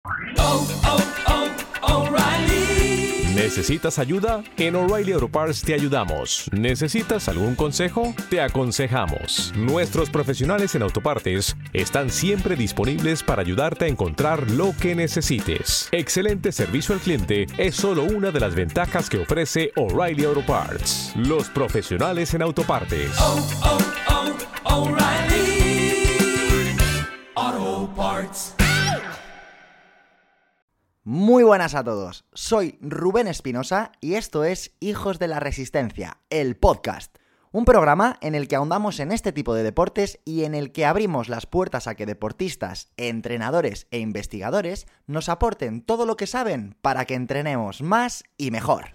O'Reilly. ¿Necesitas ayuda? En O'Reilly Auto Parts te ayudamos. ¿Necesitas algún consejo? Te aconsejamos. Nuestros profesionales en autopartes están siempre disponibles para ayudarte a encontrar lo que necesites. Excelente servicio al cliente es solo una de las ventajas que ofrece O'Reilly Auto Parts. Los profesionales en autopartes. O'Reilly Auto Parts. Muy buenas a todos, soy Rubén Espinosa y esto es Hijos de la Resistencia, el podcast. Un programa en el que ahondamos en este tipo de deportes y en el que abrimos las puertas a que deportistas, entrenadores e investigadores nos aporten todo lo que saben para que entrenemos más y mejor.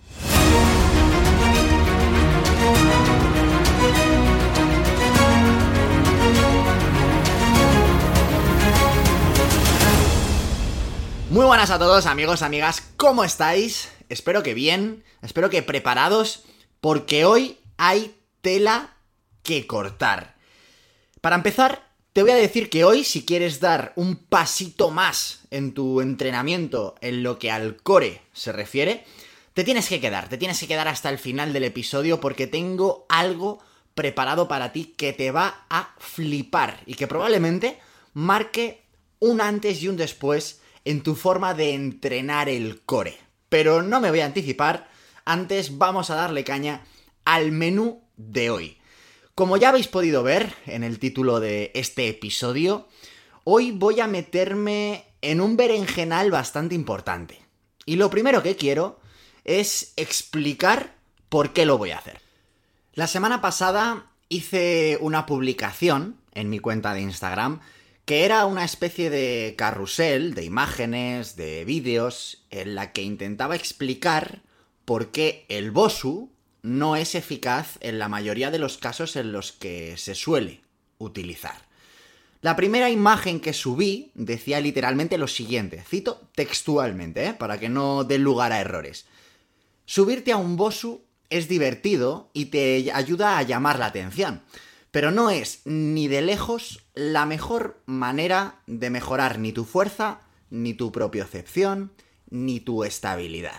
Muy buenas a todos, amigos, amigas, ¿cómo estáis? Espero que bien, espero que preparados, porque hoy hay tela que cortar. Para empezar, te voy a decir que hoy, si quieres dar un pasito más en tu entrenamiento en lo que al core se refiere, te tienes que quedar hasta el final del episodio porque tengo algo preparado para ti que te va a flipar y que probablemente marque un antes y un después en tu forma de entrenar el core. Pero no me voy a anticipar, antes vamos a darle caña al menú de hoy. Como ya habéis podido ver en el título de este episodio, hoy voy a meterme en un berenjenal bastante importante. Y lo primero que quiero es explicar por qué lo voy a hacer. La semana pasada hice una publicación en mi cuenta de Instagram que era una especie de carrusel de imágenes, de vídeos, en la que intentaba explicar por qué el BOSU no es eficaz en la mayoría de los casos en los que se suele utilizar. La primera imagen que subí decía literalmente lo siguiente, cito textualmente, para que no dé lugar a errores. Subirte a un BOSU es divertido y te ayuda a llamar la atención, pero no es ni de lejos la mejor manera de mejorar ni tu fuerza, ni tu propiocepción, ni tu estabilidad.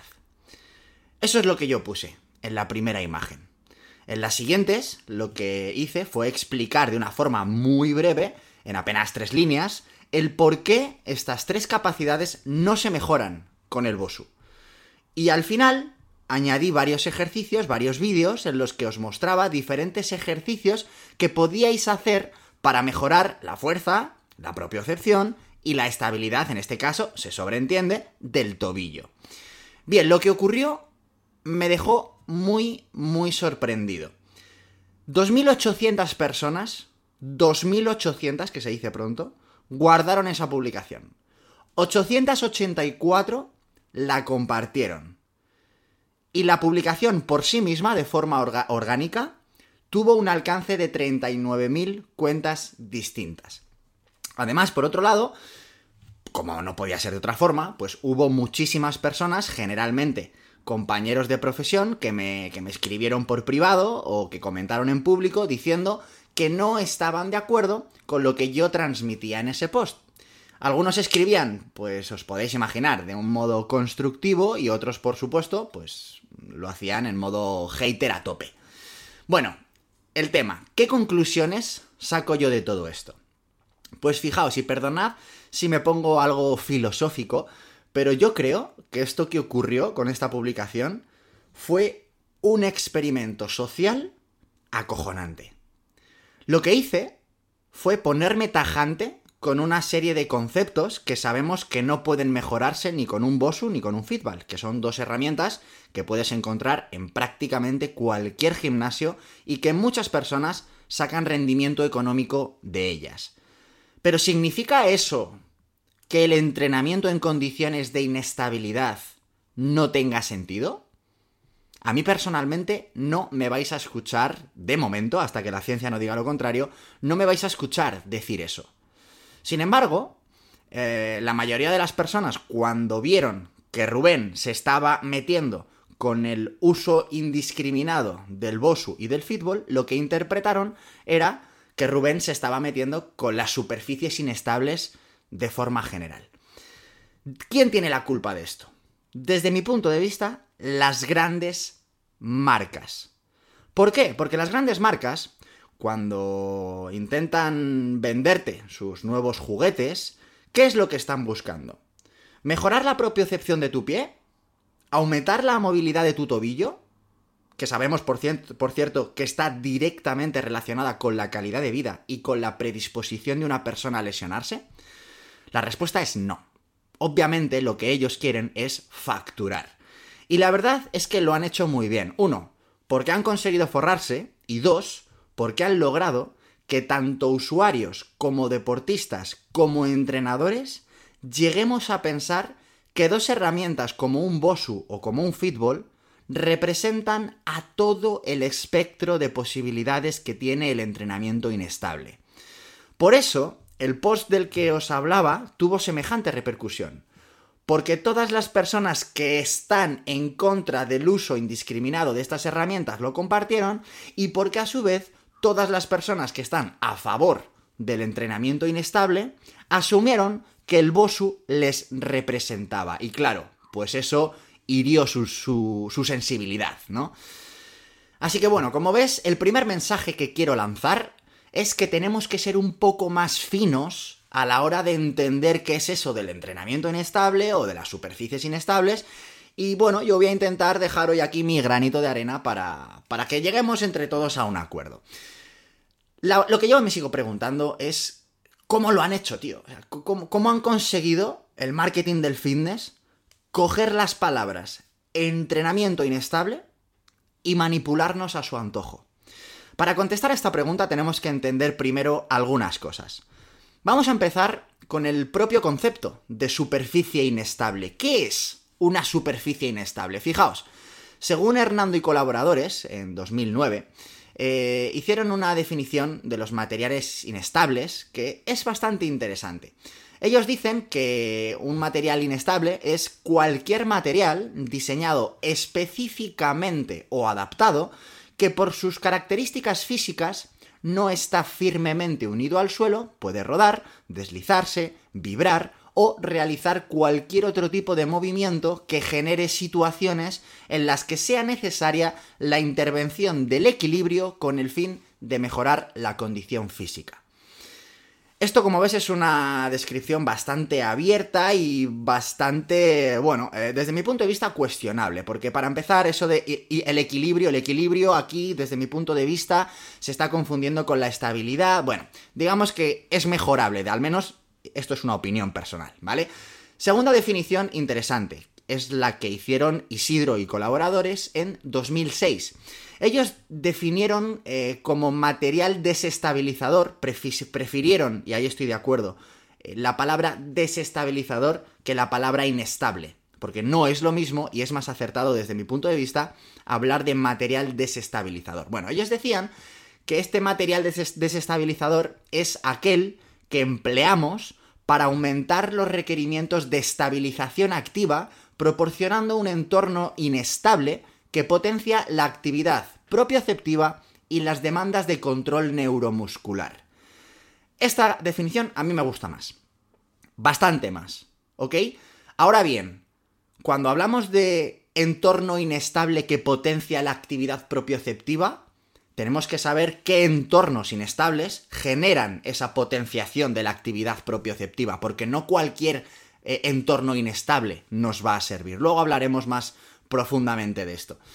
Eso es lo que yo puse en la primera imagen. En las siguientes, lo que hice fue explicar de una forma muy breve, en apenas 3 líneas, el por qué estas 3 capacidades no se mejoran con el BOSU. Y al final añadí varios ejercicios, varios vídeos en los que os mostraba diferentes ejercicios que podíais hacer para mejorar la fuerza, la propiocepción y la estabilidad, en este caso, se sobreentiende, del tobillo. Bien, lo que ocurrió me dejó muy, muy sorprendido. 2.800 personas, 2.800, que se dice pronto, guardaron esa publicación. 884 la compartieron. Y la publicación por sí misma, de forma orgánica, tuvo un alcance de 39.000 cuentas distintas. Además, por otro lado, como no podía ser de otra forma, pues hubo muchísimas personas, generalmente compañeros de profesión, que me escribieron por privado o que comentaron en público diciendo que no estaban de acuerdo con lo que yo transmitía en ese post. Algunos escribían, pues os podéis imaginar, de un modo constructivo y otros, por supuesto, pues lo hacían en modo hater a tope. Bueno, el tema, ¿qué conclusiones saco yo de todo esto? Pues fijaos, y perdonad si me pongo algo filosófico, pero yo creo que esto que ocurrió con esta publicación fue un experimento social acojonante. Lo que hice fue ponerme tajante con una serie de conceptos que sabemos que no pueden mejorarse ni con un BOSU ni con un Fitball, que son 2 herramientas que puedes encontrar en prácticamente cualquier gimnasio y que muchas personas sacan rendimiento económico de ellas. Pero ¿significa eso que el entrenamiento en condiciones de inestabilidad no tenga sentido? A mí personalmente no me vais a escuchar, de momento, hasta que la ciencia no diga lo contrario, no me vais a escuchar decir eso. Sin embargo, la mayoría de las personas, cuando vieron que Rubén se estaba metiendo con el uso indiscriminado del BOSU y del Fitball, lo que interpretaron era que Rubén se estaba metiendo con las superficies inestables de forma general. ¿Quién tiene la culpa de esto? Desde mi punto de vista, las grandes marcas. ¿Por qué? Porque las grandes marcas, cuando intentan venderte sus nuevos juguetes, ¿qué es lo que están buscando? ¿Mejorar la propiocepción de tu pie? ¿Aumentar la movilidad de tu tobillo? Que sabemos, por cierto, que está directamente relacionada con la calidad de vida y con la predisposición de una persona a lesionarse. La respuesta es no. Obviamente lo que ellos quieren es facturar. Y la verdad es que lo han hecho muy bien. 1, porque han conseguido forrarse, y 2, porque han logrado que tanto usuarios como deportistas como entrenadores lleguemos a pensar que 2 herramientas como un Bosu o como un Fitball representan a todo el espectro de posibilidades que tiene el entrenamiento inestable. Por eso, el post del que os hablaba tuvo semejante repercusión, porque todas las personas que están en contra del uso indiscriminado de estas herramientas lo compartieron, y porque a su vez todas las personas que están a favor del entrenamiento inestable asumieron que el Bosu les representaba. Y claro, pues eso hirió su sensibilidad, ¿no? Así que bueno, como ves, el primer mensaje que quiero lanzar es que tenemos que ser un poco más finos a la hora de entender qué es eso del entrenamiento inestable o de las superficies inestables. Y bueno, yo voy a intentar dejar hoy aquí mi granito de arena para que lleguemos entre todos a un acuerdo. Lo que yo me sigo preguntando es ¿cómo lo han hecho, tío? O sea, ¿cómo han conseguido el marketing del fitness coger las palabras entrenamiento inestable y manipularnos a su antojo? Para contestar a esta pregunta tenemos que entender primero algunas cosas. Vamos a empezar con el propio concepto de superficie inestable. ¿Qué es una superficie inestable? Fijaos, según Hernando y colaboradores, en 2009, hicieron una definición de los materiales inestables que es bastante interesante. Ellos dicen que un material inestable es cualquier material diseñado específicamente o adaptado que por sus características físicas no está firmemente unido al suelo, puede rodar, deslizarse, vibrar o realizar cualquier otro tipo de movimiento que genere situaciones en las que sea necesaria la intervención del equilibrio con el fin de mejorar la condición física. Esto, como ves, es una descripción bastante abierta y bastante, bueno, desde mi punto de vista cuestionable, porque para empezar eso de el equilibrio aquí, desde mi punto de vista, se está confundiendo con la estabilidad. Bueno, digamos que es mejorable, al menos esto es una opinión personal, ¿vale? Segunda definición interesante, es la que hicieron Isidro y colaboradores en 2006. Ellos definieron como material desestabilizador, prefirieron, y ahí estoy de acuerdo, la palabra desestabilizador que la palabra inestable, porque no es lo mismo y es más acertado desde mi punto de vista hablar de material desestabilizador. Bueno, ellos decían que este material desestabilizador es aquel que empleamos para aumentar los requerimientos de estabilización activa, proporcionando un entorno inestable que potencia la actividad propioceptiva y las demandas de control neuromuscular. Esta definición a mí me gusta más. Bastante más, ¿ok? Ahora bien, cuando hablamos de entorno inestable que potencia la actividad propioceptiva, tenemos que saber qué entornos inestables generan esa potenciación de la actividad propioceptiva, porque no cualquier entorno inestable nos va a servir. Luego hablaremos más profundamente de esto.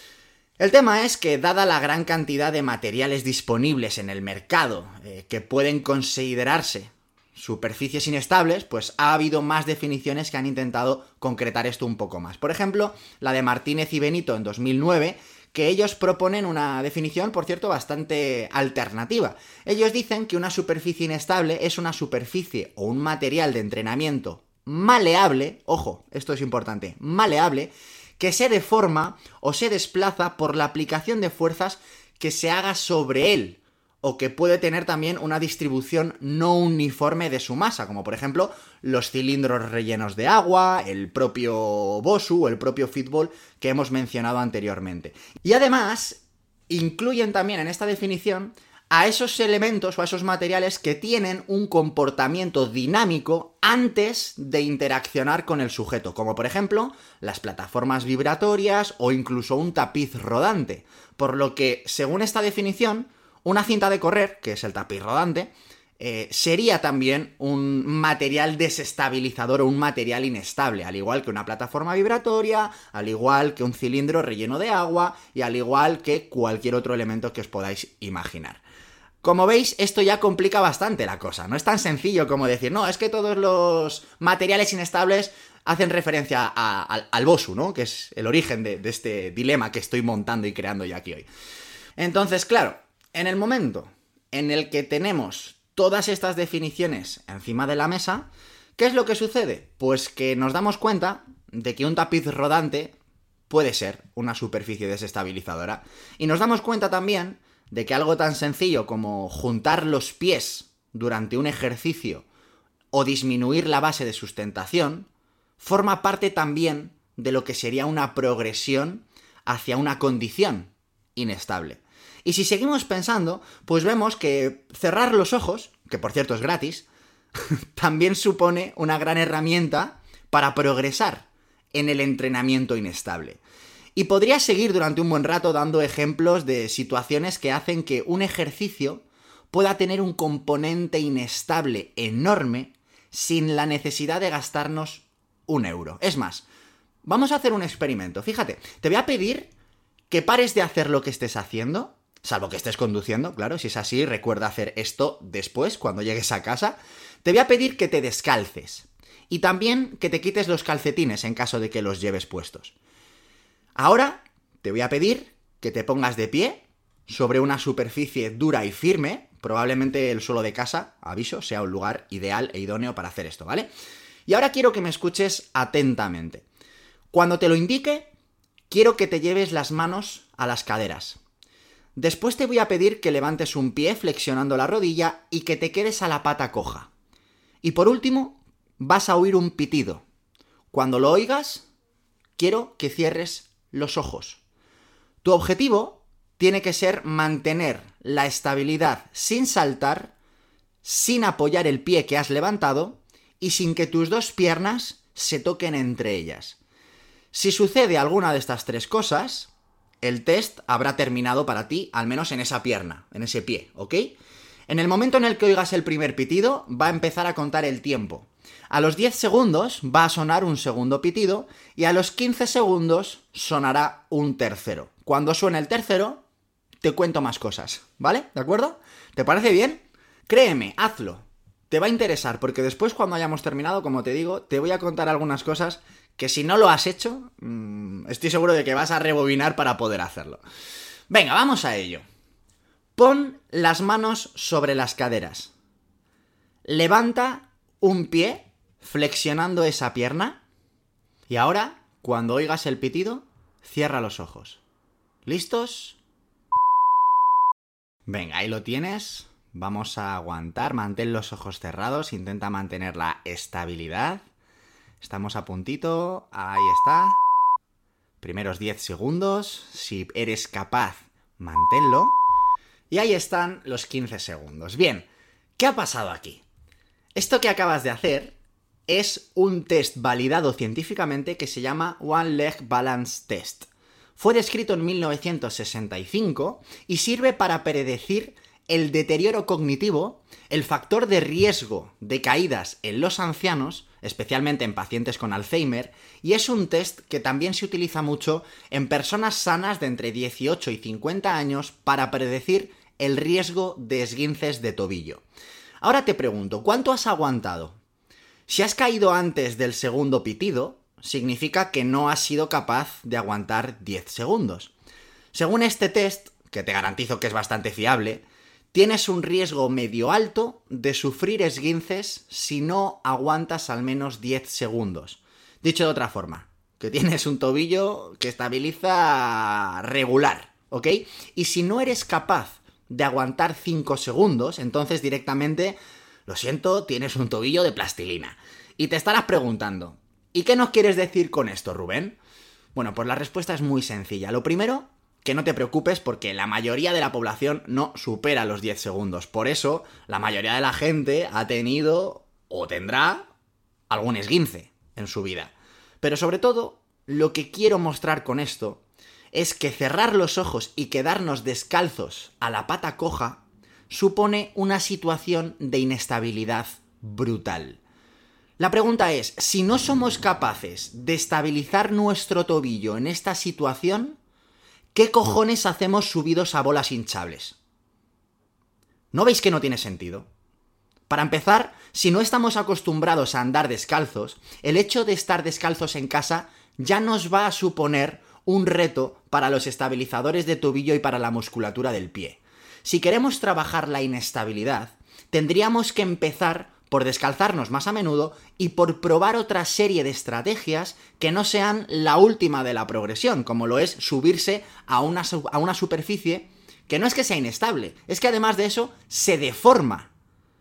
El tema es que, dada la gran cantidad de materiales disponibles en el mercado que pueden considerarse superficies inestables, pues ha habido más definiciones que han intentado concretar esto un poco más. Por ejemplo, la de Martínez y Benito en 2009, que ellos proponen una definición, por cierto, bastante alternativa. Ellos dicen que una superficie inestable es una superficie o un material de entrenamiento maleable, ojo, esto es importante, maleable, que se deforma o se desplaza por la aplicación de fuerzas que se haga sobre él, o que puede tener también una distribución no uniforme de su masa, como por ejemplo los cilindros rellenos de agua, el propio Bosu o el propio Fitball que hemos mencionado anteriormente. Y además incluyen también en esta definición a esos elementos o a esos materiales que tienen un comportamiento dinámico antes de interaccionar con el sujeto, como por ejemplo las plataformas vibratorias o incluso un tapiz rodante. Por lo que, según esta definición, una cinta de correr, que es el tapiz rodante, sería también un material desestabilizador o un material inestable, al igual que una plataforma vibratoria, al igual que un cilindro relleno de agua y al igual que cualquier otro elemento que os podáis imaginar. Como veis, esto ya complica bastante la cosa. No es tan sencillo como decir, no, es que todos los materiales inestables hacen referencia al BOSU, ¿no? Que es el origen de este dilema que estoy montando y creando yo aquí hoy. Entonces, claro, en el momento en el que tenemos todas estas definiciones encima de la mesa, ¿qué es lo que sucede? Pues que nos damos cuenta de que un tapiz rodante puede ser una superficie desestabilizadora. Y nos damos cuenta también de que algo tan sencillo como juntar los pies durante un ejercicio o disminuir la base de sustentación forma parte también de lo que sería una progresión hacia una condición inestable. Y si seguimos pensando, pues vemos que cerrar los ojos, que por cierto es gratis, también supone una gran herramienta para progresar en el entrenamiento inestable. Y podría seguir durante un buen rato dando ejemplos de situaciones que hacen que un ejercicio pueda tener un componente inestable enorme sin la necesidad de gastarnos €1. Es más, vamos a hacer un experimento. Fíjate, te voy a pedir que pares de hacer lo que estés haciendo, salvo que estés conduciendo, claro, si es así, recuerda hacer esto después, cuando llegues a casa. Te voy a pedir que te descalces y también que te quites los calcetines en caso de que los lleves puestos. Ahora te voy a pedir que te pongas de pie sobre una superficie dura y firme, probablemente el suelo de casa, aviso, sea un lugar ideal e idóneo para hacer esto, ¿vale? Y ahora quiero que me escuches atentamente. Cuando te lo indique, quiero que te lleves las manos a las caderas. Después te voy a pedir que levantes un pie flexionando la rodilla y que te quedes a la pata coja. Y por último, vas a oír un pitido. Cuando lo oigas, quiero que cierres los ojos. Tu objetivo tiene que ser mantener la estabilidad sin saltar, sin apoyar el pie que has levantado y sin que tus dos piernas se toquen entre ellas. Si sucede alguna de estas tres cosas, el test habrá terminado para ti, al menos en esa pierna, en ese pie, ¿ok? En el momento en el que oigas el primer pitido, va a empezar a contar el tiempo. A los 10 segundos va a sonar un segundo pitido y a los 15 segundos sonará un tercero. Cuando suene el tercero, te cuento más cosas, ¿vale? ¿De acuerdo? ¿Te parece bien? Créeme, hazlo. Te va a interesar porque después, cuando hayamos terminado, como te digo, te voy a contar algunas cosas que si no lo has hecho, estoy seguro de que vas a rebobinar para poder hacerlo. Venga, vamos a ello. Pon las manos sobre las caderas. Levanta un pie flexionando esa pierna. Y ahora, cuando oigas el pitido, cierra los ojos. ¿Listos? Venga, ahí lo tienes. Vamos a aguantar, mantén los ojos cerrados, intenta mantener la estabilidad. Estamos a puntito, ahí está. Primeros 10 segundos, si eres capaz, manténlo. Y ahí están los 15 segundos. Bien, ¿qué ha pasado aquí? Esto que acabas de hacer es un test validado científicamente que se llama One Leg Balance Test. Fue descrito en 1965 y sirve para predecir el deterioro cognitivo, el factor de riesgo de caídas en los ancianos, especialmente en pacientes con Alzheimer, y es un test que también se utiliza mucho en personas sanas de entre 18 y 50 años para predecir el riesgo de esguinces de tobillo. Ahora te pregunto, ¿cuánto has aguantado? Si has caído antes del segundo pitido, significa que no has sido capaz de aguantar 10 segundos. Según este test, que te garantizo que es bastante fiable, tienes un riesgo medio alto de sufrir esguinces si no aguantas al menos 10 segundos. Dicho de otra forma, que tienes un tobillo que estabiliza regular, ¿ok? Y si no eres capaz de aguantar 5 segundos, entonces directamente, lo siento, tienes un tobillo de plastilina. Y te estarás preguntando, ¿y qué nos quieres decir con esto, Rubén? Bueno, pues la respuesta es muy sencilla. Lo primero que no te preocupes porque la mayoría de la población no supera los 10 segundos. Por eso, la mayoría de la gente ha tenido o tendrá algún esguince en su vida. Pero sobre todo, lo que quiero mostrar con esto es que cerrar los ojos y quedarnos descalzos a la pata coja supone una situación de inestabilidad brutal. La pregunta es, si no somos capaces de estabilizar nuestro tobillo en esta situación, ¿qué cojones hacemos subidos a bolas hinchables? ¿No veis que no tiene sentido? Para empezar, si no estamos acostumbrados a andar descalzos, el hecho de estar descalzos en casa ya nos va a suponer un reto para los estabilizadores de tobillo y para la musculatura del pie. Si queremos trabajar la inestabilidad, tendríamos que empezar por descalzarnos más a menudo y por probar otra serie de estrategias que no sean la última de la progresión, como lo es subirse a una superficie que no es que sea inestable, es que además de eso se deforma.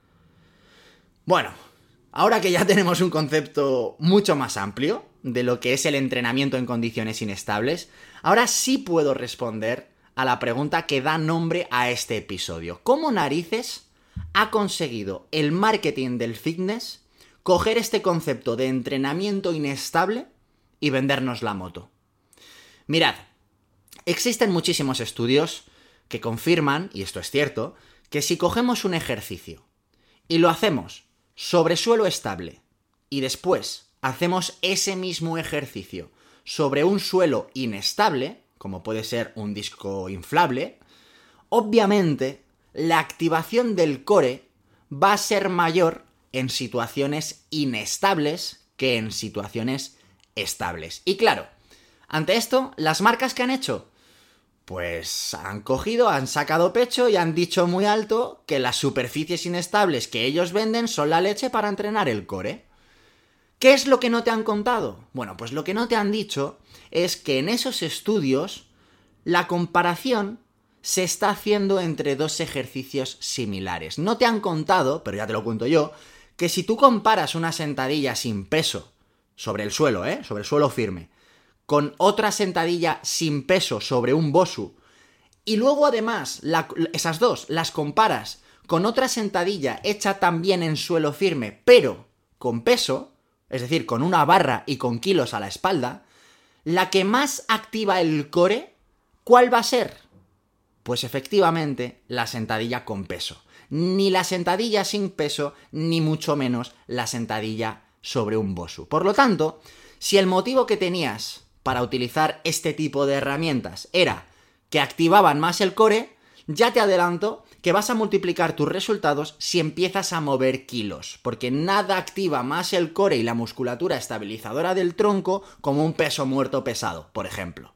Bueno, ahora que ya tenemos un concepto mucho más amplio de lo que es el entrenamiento en condiciones inestables, ahora sí puedo responder a la pregunta que da nombre a este episodio. ¿Cómo narices ha conseguido el marketing del fitness coger este concepto de entrenamiento inestable y vendernos la moto? Mirad, existen muchísimos estudios que confirman, y esto es cierto, que si cogemos un ejercicio y lo hacemos sobre suelo estable y después hacemos ese mismo ejercicio sobre un suelo inestable, como puede ser un disco inflable, obviamente la activación del core va a ser mayor en situaciones inestables que en situaciones estables. Y claro, ante esto, ¿las marcas qué han hecho? Pues han cogido, han sacado pecho y han dicho muy alto que las superficies inestables que ellos venden son la leche para entrenar el core. ¿Qué es lo que no te han contado? Bueno, pues lo que no te han dicho es que en esos estudios la comparación se está haciendo entre dos ejercicios similares. No te han contado, pero ya te lo cuento yo, que si tú comparas una sentadilla sin peso sobre el suelo, sobre el suelo firme, con otra sentadilla sin peso sobre un BOSU, y luego además esas dos las comparas con otra sentadilla hecha también en suelo firme, pero con peso, es decir, con una barra y con kilos a la espalda, la que más activa el core, ¿cuál va a ser? Pues efectivamente, la sentadilla con peso. Ni la sentadilla sin peso, ni mucho menos la sentadilla sobre un BOSU. Por lo tanto, si el motivo que tenías para utilizar este tipo de herramientas era que activaban más el core, ya te adelanto que vas a multiplicar tus resultados si empiezas a mover kilos, porque nada activa más el core y la musculatura estabilizadora del tronco como un peso muerto pesado, por ejemplo.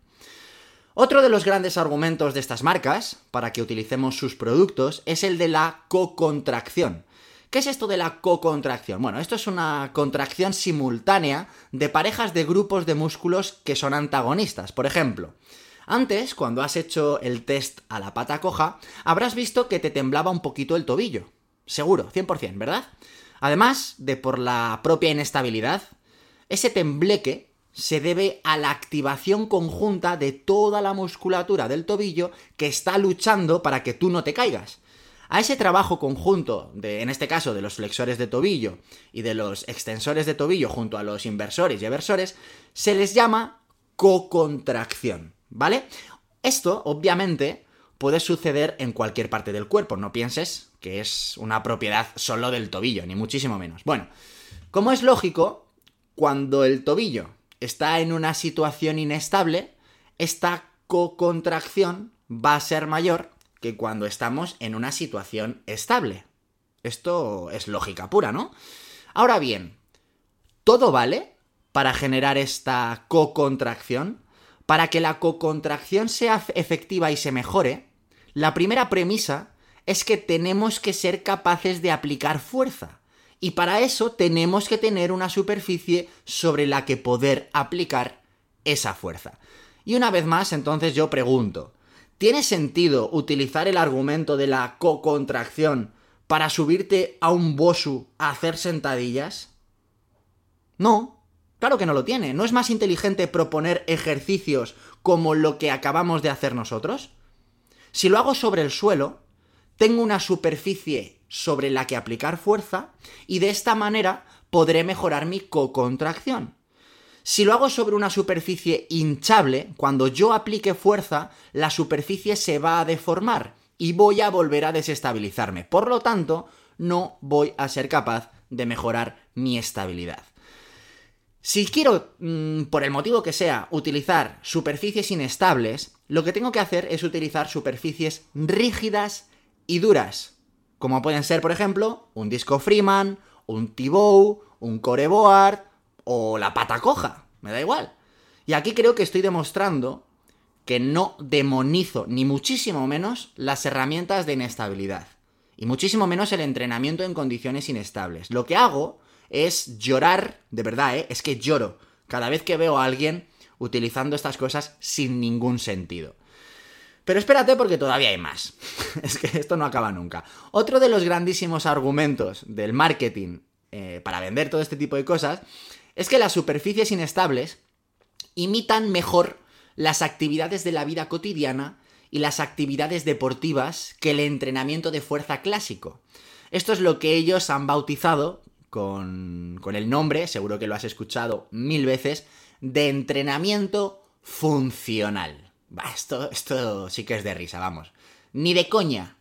Otro de los grandes argumentos de estas marcas para que utilicemos sus productos es el de la cocontracción. ¿Qué es esto de la cocontracción? Bueno, esto es una contracción simultánea de parejas de grupos de músculos que son antagonistas. Por ejemplo, antes, cuando has hecho el test a la pata coja, habrás visto que te temblaba un poquito el tobillo. Seguro, 100%, ¿verdad? Además de por la propia inestabilidad, ese tembleque se debe a la activación conjunta de toda la musculatura del tobillo que está luchando para que tú no te caigas. A ese trabajo conjunto, en este caso de los flexores de tobillo y de los extensores de tobillo junto a los inversores y eversores, se les llama cocontracción, ¿vale? Esto, obviamente, puede suceder en cualquier parte del cuerpo, no pienses que es una propiedad solo del tobillo, ni muchísimo menos. Bueno, como es lógico, cuando el tobillo está en una situación inestable, esta cocontracción va a ser mayor que cuando estamos en una situación estable. Esto es lógica pura, ¿no? Ahora bien, ¿todo vale para generar esta cocontracción? Para que la cocontracción sea efectiva y se mejore, la primera premisa es que tenemos que ser capaces de aplicar fuerza. Y para eso tenemos que tener una superficie sobre la que poder aplicar esa fuerza. Y una vez más, entonces yo pregunto, ¿tiene sentido utilizar el argumento de la cocontracción para subirte a un BOSU a hacer sentadillas? No, Claro que no lo tiene. ¿No es más inteligente proponer ejercicios como lo que acabamos de hacer nosotros? Si lo hago sobre el suelo, tengo una superficie sobre la que aplicar fuerza y de esta manera podré mejorar mi cocontracción. Si lo hago sobre una superficie hinchable, cuando yo aplique fuerza, la superficie se va a deformar y voy a volver a desestabilizarme. Por lo tanto, no voy a ser capaz de mejorar mi estabilidad. Si quiero, por el motivo que sea, utilizar superficies inestables, lo que tengo que hacer es utilizar superficies rígidas y duras, como pueden ser, por ejemplo, un disco Freeman, un T-bow, un core board o la pata coja, me da igual. Y aquí creo que estoy demostrando que no demonizo, ni muchísimo menos, las herramientas de inestabilidad, y muchísimo menos el entrenamiento en condiciones inestables. Lo que hago es llorar, de verdad, es que lloro cada vez que veo a alguien utilizando estas cosas sin ningún sentido. Pero espérate porque todavía hay más. Es que esto no acaba nunca. Otro de los grandísimos argumentos del marketing para vender todo este tipo de cosas es que las superficies inestables imitan mejor las actividades de la vida cotidiana y las actividades deportivas que el entrenamiento de fuerza clásico. Esto es lo que ellos han bautizado con el nombre, seguro que lo has escuchado 1000 veces, de entrenamiento funcional. Esto sí que es de risa, vamos. Ni de coña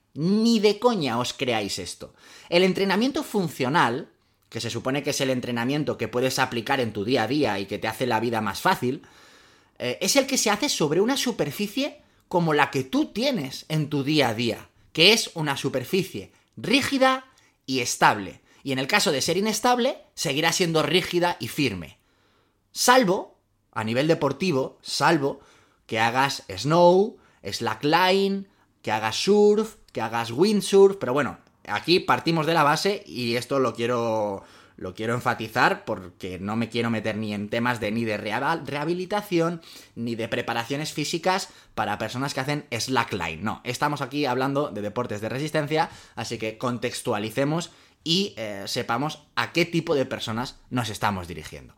os creáis esto. El entrenamiento funcional, que se supone que es el entrenamiento que puedes aplicar en tu día a día y que te hace la vida más fácil, es el que se hace sobre una superficie como la que tú tienes en tu día a día, que es una superficie rígida y estable. Y en el caso de ser inestable, seguirá siendo rígida y firme. Salvo, a nivel deportivo, salvo que hagas snow, slackline, que hagas surf, que hagas windsurf, pero bueno, aquí partimos de la base y esto lo quiero enfatizar porque no me quiero meter ni en temas ni de rehabilitación, ni de preparaciones físicas para personas que hacen slackline. No, estamos aquí hablando de deportes de resistencia, así que contextualicemos y sepamos a qué tipo de personas nos estamos dirigiendo.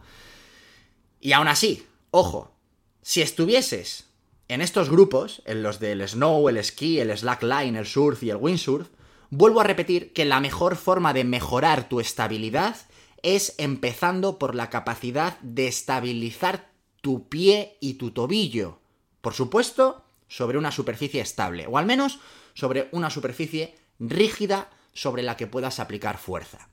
Y aún así, ojo, si estuvieses en estos grupos, en los del snow, el esquí, el slackline, el surf y el windsurf, vuelvo a repetir que la mejor forma de mejorar tu estabilidad es empezando por la capacidad de estabilizar tu pie y tu tobillo. Por supuesto, sobre una superficie estable, o al menos sobre una superficie rígida sobre la que puedas aplicar fuerza.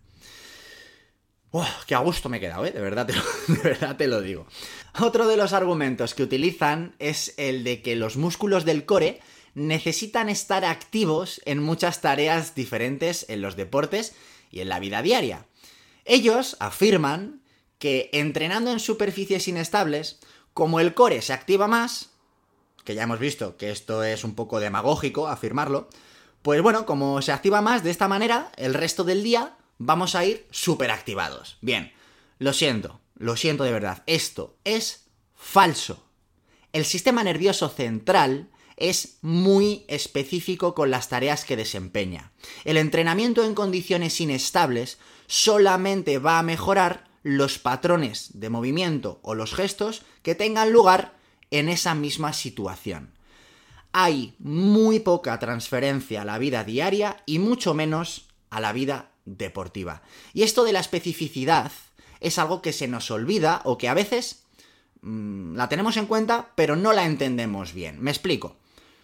¡Qué a gusto me he quedado, de verdad te lo digo! Otro de los argumentos que utilizan es el de que los músculos del core necesitan estar activos en muchas tareas diferentes en los deportes y en la vida diaria. Ellos afirman que entrenando en superficies inestables, como el core se activa más, que ya hemos visto que esto es un poco demagógico afirmarlo, pues bueno, como se activa más de esta manera, el resto del día vamos a ir súper activados. Bien, lo siento de verdad, esto es falso. El sistema nervioso central es muy específico con las tareas que desempeña. El entrenamiento en condiciones inestables solamente va a mejorar los patrones de movimiento o los gestos que tengan lugar en esa misma situación. Hay muy poca transferencia a la vida diaria y mucho menos a la vida deportiva. Y esto de la especificidad es algo que se nos olvida o que a veces la tenemos en cuenta pero no la entendemos bien. Me explico.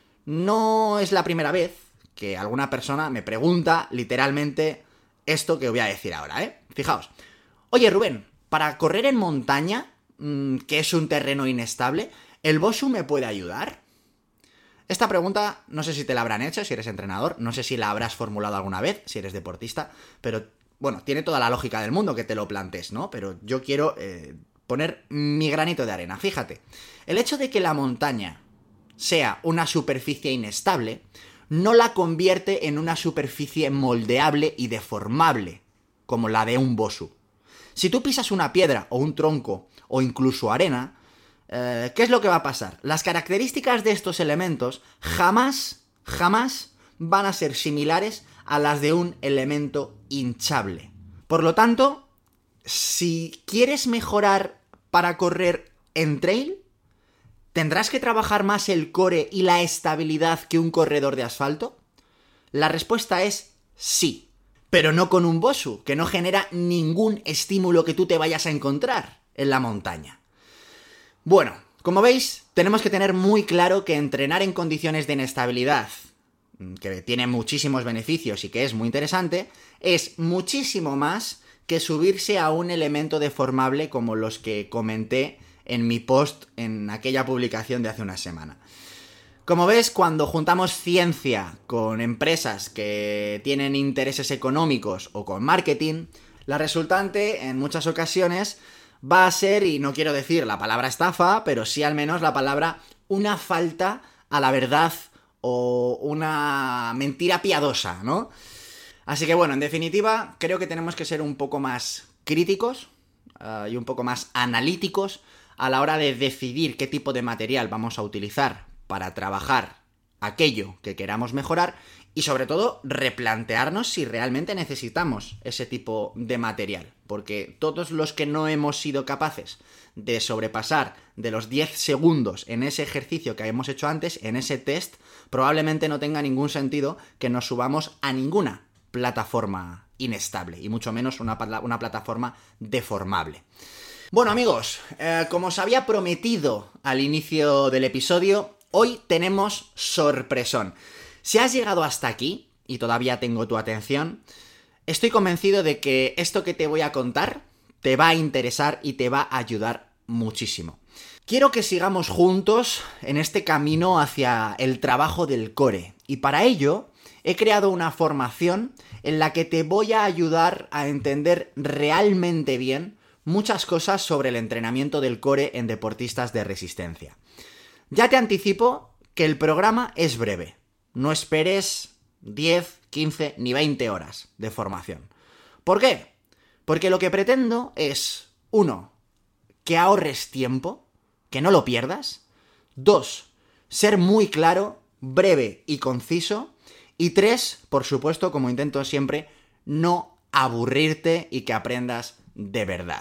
No es la primera vez que alguna persona me pregunta literalmente esto que voy a decir ahora, Fijaos. Oye, Rubén, para correr en montaña, que es un terreno inestable, ¿el BOSU me puede ayudar? Esta pregunta no sé si te la habrán hecho si eres entrenador, no sé si la habrás formulado alguna vez si eres deportista, pero bueno, tiene toda la lógica del mundo que te lo plantees, ¿no? Pero yo quiero poner mi granito de arena. Fíjate, el hecho de que la montaña sea una superficie inestable no la convierte en una superficie moldeable y deformable, como la de un BOSU. Si tú pisas una piedra o un tronco o incluso arena, ¿qué es lo que va a pasar? Las características de estos elementos jamás van a ser similares a las de un elemento hinchable. Por lo tanto, si quieres mejorar para correr en trail? ¿Tendrás que trabajar más el core y la estabilidad que un corredor de asfalto? La respuesta es sí, pero no con un BOSU, que no genera ningún estímulo que tú te vayas a encontrar en la montaña. Bueno, como veis, tenemos que tener muy claro que entrenar en condiciones de inestabilidad, que tiene muchísimos beneficios y que es muy interesante, es muchísimo más que subirse a un elemento deformable como los que comenté en mi post en aquella publicación de hace una semana. Como ves, cuando juntamos ciencia con empresas que tienen intereses económicos o con marketing, la resultante en muchas ocasiones va a ser, y no quiero decir la palabra estafa, pero sí al menos la palabra una falta a la verdad o una mentira piadosa, ¿no? Así que bueno, en definitiva, creo que tenemos que ser un poco más críticos y un poco más analíticos a la hora de decidir qué tipo de material vamos a utilizar para trabajar aquello que queramos mejorar y sobre todo replantearnos si realmente necesitamos ese tipo de material, porque todos los que no hemos sido capaces de sobrepasar de los 10 segundos en ese ejercicio que hemos hecho antes, en ese test, probablemente no tenga ningún sentido que nos subamos a ninguna plataforma inestable y mucho menos una plataforma deformable. Bueno amigos, como os había prometido al inicio del episodio, hoy tenemos sorpresón. Si has llegado hasta aquí y todavía tengo tu atención, estoy convencido de que esto que te voy a contar te va a interesar y te va a ayudar muchísimo. Quiero que sigamos juntos en este camino hacia el trabajo del core y para ello he creado una formación en la que te voy a ayudar a entender realmente bien muchas cosas sobre el entrenamiento del core en deportistas de resistencia. Ya te anticipo que el programa es breve. No esperes 10, 15 ni 20 horas de formación. ¿Por qué? Porque lo que pretendo es, 1, que ahorres tiempo, que no lo pierdas. 2, ser muy claro, breve y conciso. Y 3, por supuesto, como intento siempre, no aburrirte y que aprendas de verdad.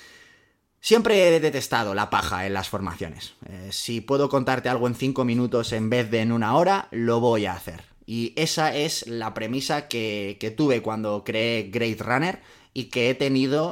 Siempre he detestado la paja en las formaciones. Si puedo contarte algo en 5 minutos en vez de en 1 hora, lo voy a hacer. Y esa es la premisa que tuve cuando creé Great Runner y que he tenido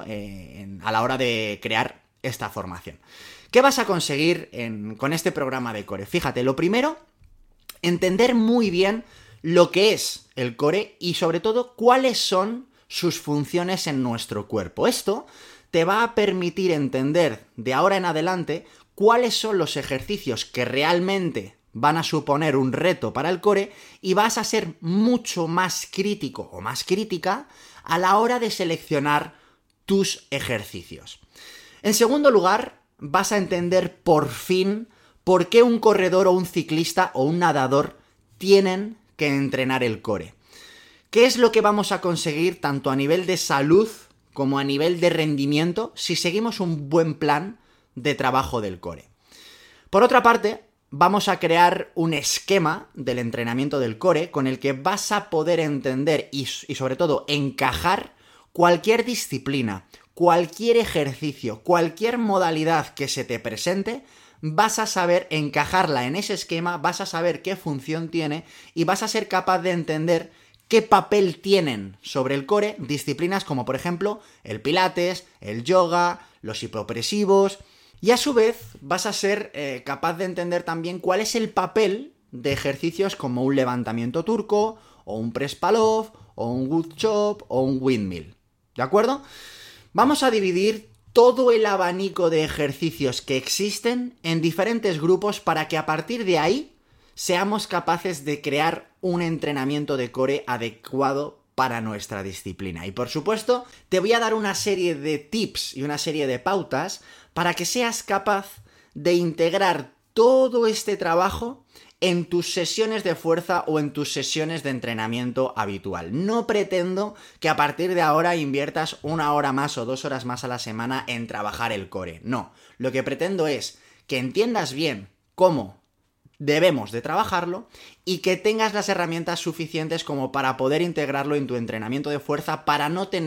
a la hora de crear esta formación. ¿Qué vas a conseguir con este programa de core? Fíjate, lo primero, entender muy bien lo que es el core y sobre todo cuáles son sus funciones en nuestro cuerpo. Esto te va a permitir entender de ahora en adelante cuáles son los ejercicios que realmente van a suponer un reto para el core y vas a ser mucho más crítico o más crítica a la hora de seleccionar tus ejercicios. En segundo lugar, vas a entender por fin por qué un corredor o un ciclista o un nadador tienen que entrenar el core. ¿Qué es lo que vamos a conseguir tanto a nivel de salud como a nivel de rendimiento si seguimos un buen plan de trabajo del core? Por otra parte, vamos a crear un esquema del entrenamiento del core con el que vas a poder entender y sobre todo encajar cualquier disciplina, cualquier ejercicio, cualquier modalidad que se te presente. Vas a saber encajarla en ese esquema, vas a saber qué función tiene y vas a ser capaz de entender qué papel tienen sobre el core disciplinas como por ejemplo el pilates, el yoga, los hipopresivos y a su vez vas a ser capaz de entender también cuál es el papel de ejercicios como un levantamiento turco o un press pull-off o un wood chop o un windmill. ¿De acuerdo? Vamos a dividir todo el abanico de ejercicios que existen en diferentes grupos para que a partir de ahí seamos capaces de crear un entrenamiento de core adecuado para nuestra disciplina. Y por supuesto, te voy a dar una serie de tips y una serie de pautas para que seas capaz de integrar todo este trabajo en tus sesiones de fuerza o en tus sesiones de entrenamiento habitual. No pretendo que a partir de ahora inviertas 1 hora más o 2 horas más a la semana en trabajar el core. No, lo que pretendo es que entiendas bien cómo debemos de trabajarlo y que tengas las herramientas suficientes como para poder integrarlo en tu entrenamiento de fuerza para no tener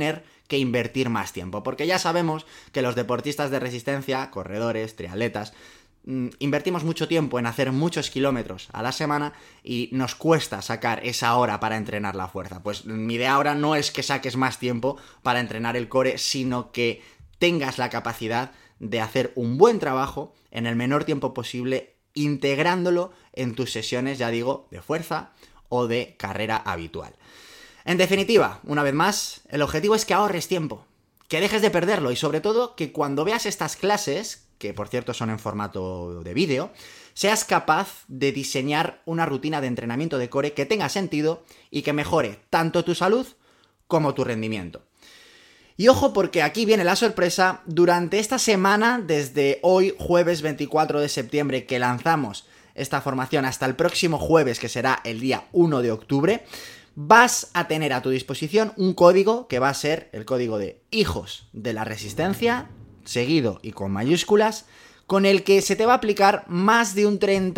que invertir más tiempo, porque ya sabemos que los deportistas de resistencia, corredores, triatletas, invertimos mucho tiempo en hacer muchos kilómetros a la semana y nos cuesta sacar esa hora para entrenar la fuerza. Pues mi idea ahora no es que saques más tiempo para entrenar el core, sino que tengas la capacidad de hacer un buen trabajo en el menor tiempo posible, integrándolo en tus sesiones, ya digo, de fuerza o de carrera habitual. En definitiva, una vez más, el objetivo es que ahorres tiempo, que dejes de perderlo y sobre todo que cuando veas estas clases, que por cierto son en formato de vídeo, seas capaz de diseñar una rutina de entrenamiento de core que tenga sentido y que mejore tanto tu salud como tu rendimiento. Y ojo, porque aquí viene la sorpresa, durante esta semana, desde hoy, jueves 24 de septiembre, que lanzamos esta formación, hasta el próximo jueves, que será el día 1 de octubre, vas a tener a tu disposición un código que va a ser el código de Hijos de la Resistencia, seguido y con mayúsculas, con el que se te va a aplicar más de un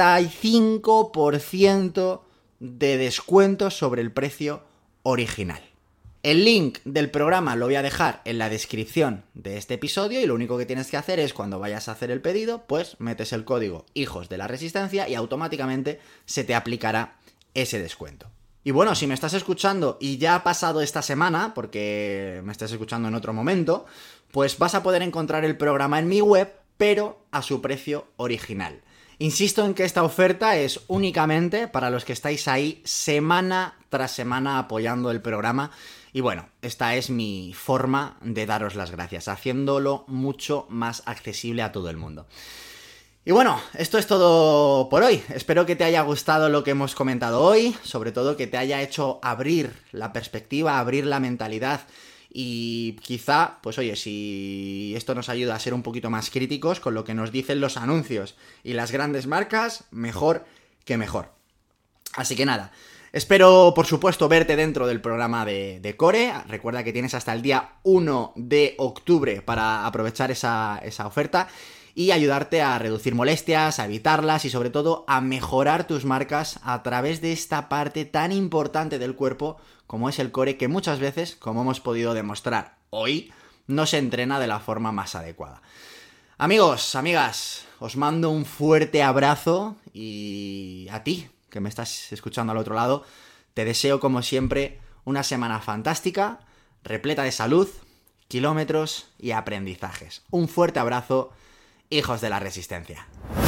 35% de descuento sobre el precio original. El link del programa lo voy a dejar en la descripción de este episodio y lo único que tienes que hacer es, cuando vayas a hacer el pedido, pues metes el código Hijos de la Resistencia y automáticamente se te aplicará ese descuento. Y bueno, si me estás escuchando y ya ha pasado esta semana, porque me estás escuchando en otro momento, pues vas a poder encontrar el programa en mi web, pero a su precio original. Insisto en que esta oferta es únicamente para los que estáis ahí semana tras semana apoyando el programa. Y bueno, esta es mi forma de daros las gracias, haciéndolo mucho más accesible a todo el mundo. Y bueno, esto es todo por hoy. Espero que te haya gustado lo que hemos comentado hoy, sobre todo que te haya hecho abrir la perspectiva, abrir la mentalidad y quizá, pues oye, si esto nos ayuda a ser un poquito más críticos con lo que nos dicen los anuncios y las grandes marcas, mejor que mejor. Así que nada, espero por supuesto verte dentro del programa de Core. Recuerda que tienes hasta el día 1 de octubre para aprovechar esa oferta y ayudarte a reducir molestias, a evitarlas y sobre todo a mejorar tus marcas a través de esta parte tan importante del cuerpo como es el core, que muchas veces, como hemos podido demostrar hoy, no se entrena de la forma más adecuada. Amigos, amigas, os mando un fuerte abrazo y a ti, que me estás escuchando al otro lado, te deseo como siempre una semana fantástica, repleta de salud, kilómetros y aprendizajes. Un fuerte abrazo, hijos de la resistencia.